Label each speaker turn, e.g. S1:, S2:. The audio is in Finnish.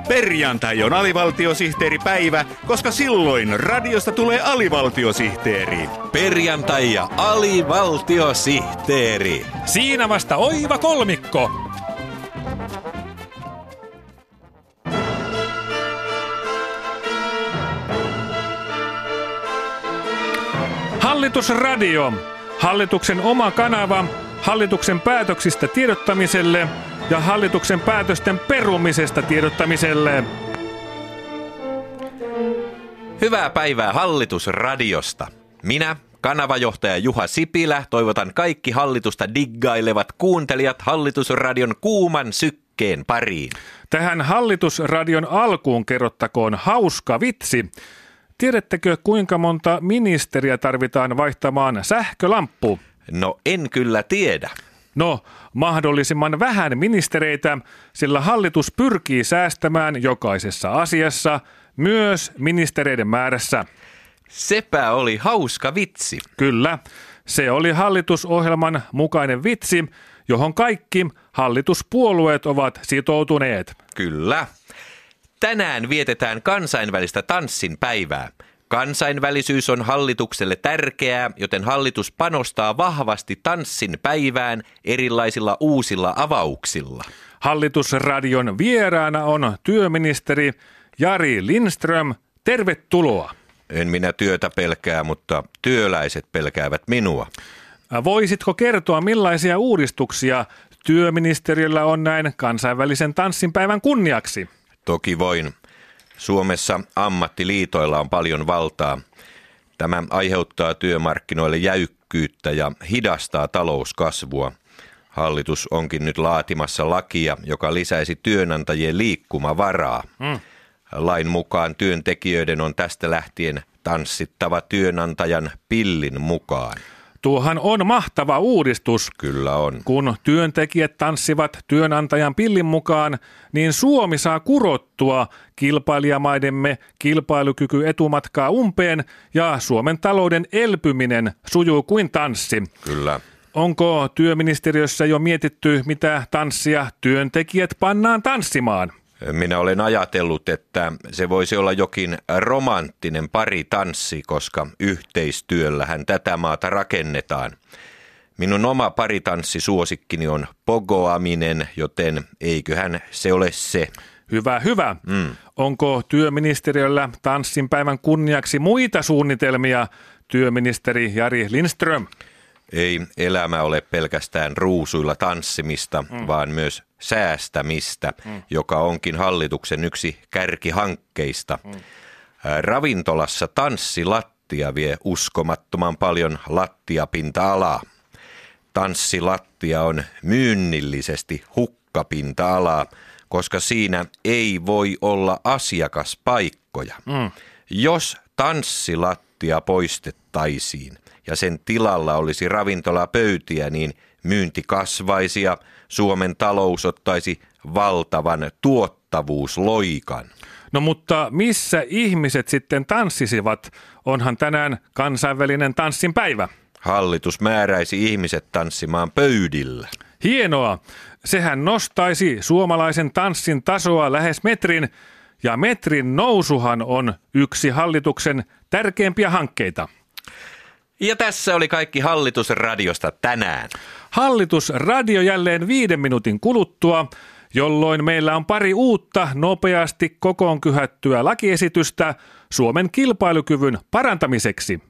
S1: Perjantai on alivaltiosihteeripäivä, koska silloin radiosta tulee alivaltiosihteeri.
S2: Perjantai ja alivaltiosihteeri.
S3: Siinä vasta oiva kolmikko. Hallitusradio. Hallituksen oma kanava hallituksen päätöksistä tiedottamiselle ja hallituksen päätösten perumisesta tiedottamiselle.
S2: Hyvää päivää Hallitusradiosta. Minä, kanavajohtaja Juha Sipilä, toivotan kaikki hallitusta diggailevat kuuntelijat Hallitusradion kuuman sykkeen pariin.
S3: Tähän Hallitusradion alkuun kerrottakoon hauska vitsi. Tiedättekö, kuinka monta ministeriä tarvitaan vaihtamaan sähkölamppu?
S2: No en kyllä tiedä.
S3: No, mahdollisimman vähän ministereitä, sillä hallitus pyrkii säästämään jokaisessa asiassa, myös ministereiden määrässä.
S2: Sepä oli hauska vitsi.
S3: Kyllä, se oli hallitusohjelman mukainen vitsi, johon kaikki hallituspuolueet ovat sitoutuneet.
S2: Kyllä. Tänään vietetään kansainvälistä tanssin päivää. Kansainvälisyys on hallitukselle tärkeää, joten hallitus panostaa vahvasti tanssin päivään erilaisilla uusilla avauksilla.
S3: Hallitusradion vieraana on työministeri Jari Lindström. Tervetuloa.
S2: En minä työtä pelkää, mutta työläiset pelkäävät minua.
S3: Voisitko kertoa, millaisia uudistuksia työministeriöllä on näin kansainvälisen tanssin päivän kunniaksi?
S2: Toki voin. Suomessa ammattiliitoilla on paljon valtaa. Tämä aiheuttaa työmarkkinoille jäykkyyttä ja hidastaa talouskasvua. Hallitus onkin nyt laatimassa lakia, joka lisäisi työnantajien liikkumavaraa. Lain mukaan työntekijöiden on tästä lähtien tanssittava työnantajan pillin mukaan.
S3: Tuohan on mahtava uudistus.
S2: Kyllä on.
S3: Kun työntekijät tanssivat työnantajan pillin mukaan, niin Suomi saa kurottua kilpailijamaidemme kilpailukykyetumatkaa umpeen ja Suomen talouden elpyminen sujuu kuin tanssi.
S2: Kyllä.
S3: Onko työministeriössä jo mietitty, mitä tanssia työntekijät pannaan tanssimaan?
S2: Minä olen ajatellut, että se voisi olla jokin romanttinen paritanssi, koska yhteistyöllähän tätä maata rakennetaan. Minun oma paritanssisuosikkini on pogoaminen, joten eiköhän se ole se.
S3: Hyvä. Onko työministeriöllä tanssin päivän kunniaksi muita suunnitelmia, työministeri Jari Lindström?
S2: Ei elämä ole pelkästään ruusuilla tanssimista, vaan myös säästämistä, joka onkin hallituksen yksi kärkihankkeista. Ravintolassa tanssilattia vie uskomattoman paljon lattiapinta-alaa. Tanssilattia on myynnillisesti hukkapinta-alaa, koska siinä ei voi olla asiakaspaikkoja. Jos tanssilattia poistettaisiin ja sen tilalla olisi ravintolapöytiä, niin myynti kasvaisi ja Suomen talous ottaisi valtavan tuottavuusloikan.
S3: No mutta missä ihmiset sitten tanssisivat? Onhan tänään kansainvälinen tanssin päivä.
S2: Hallitus määräisi ihmiset tanssimaan pöydillä.
S3: Hienoa. Sehän nostaisi suomalaisen tanssin tasoa lähes metrin, ja metrin nousuhan on yksi hallituksen tärkeimpiä hankkeita.
S2: Ja tässä oli kaikki Hallitusradiosta tänään.
S3: Hallitusradio jälleen 5 minuutin kuluttua, jolloin meillä on pari uutta nopeasti kokoon kyhättyä lakiesitystä Suomen kilpailukyvyn parantamiseksi.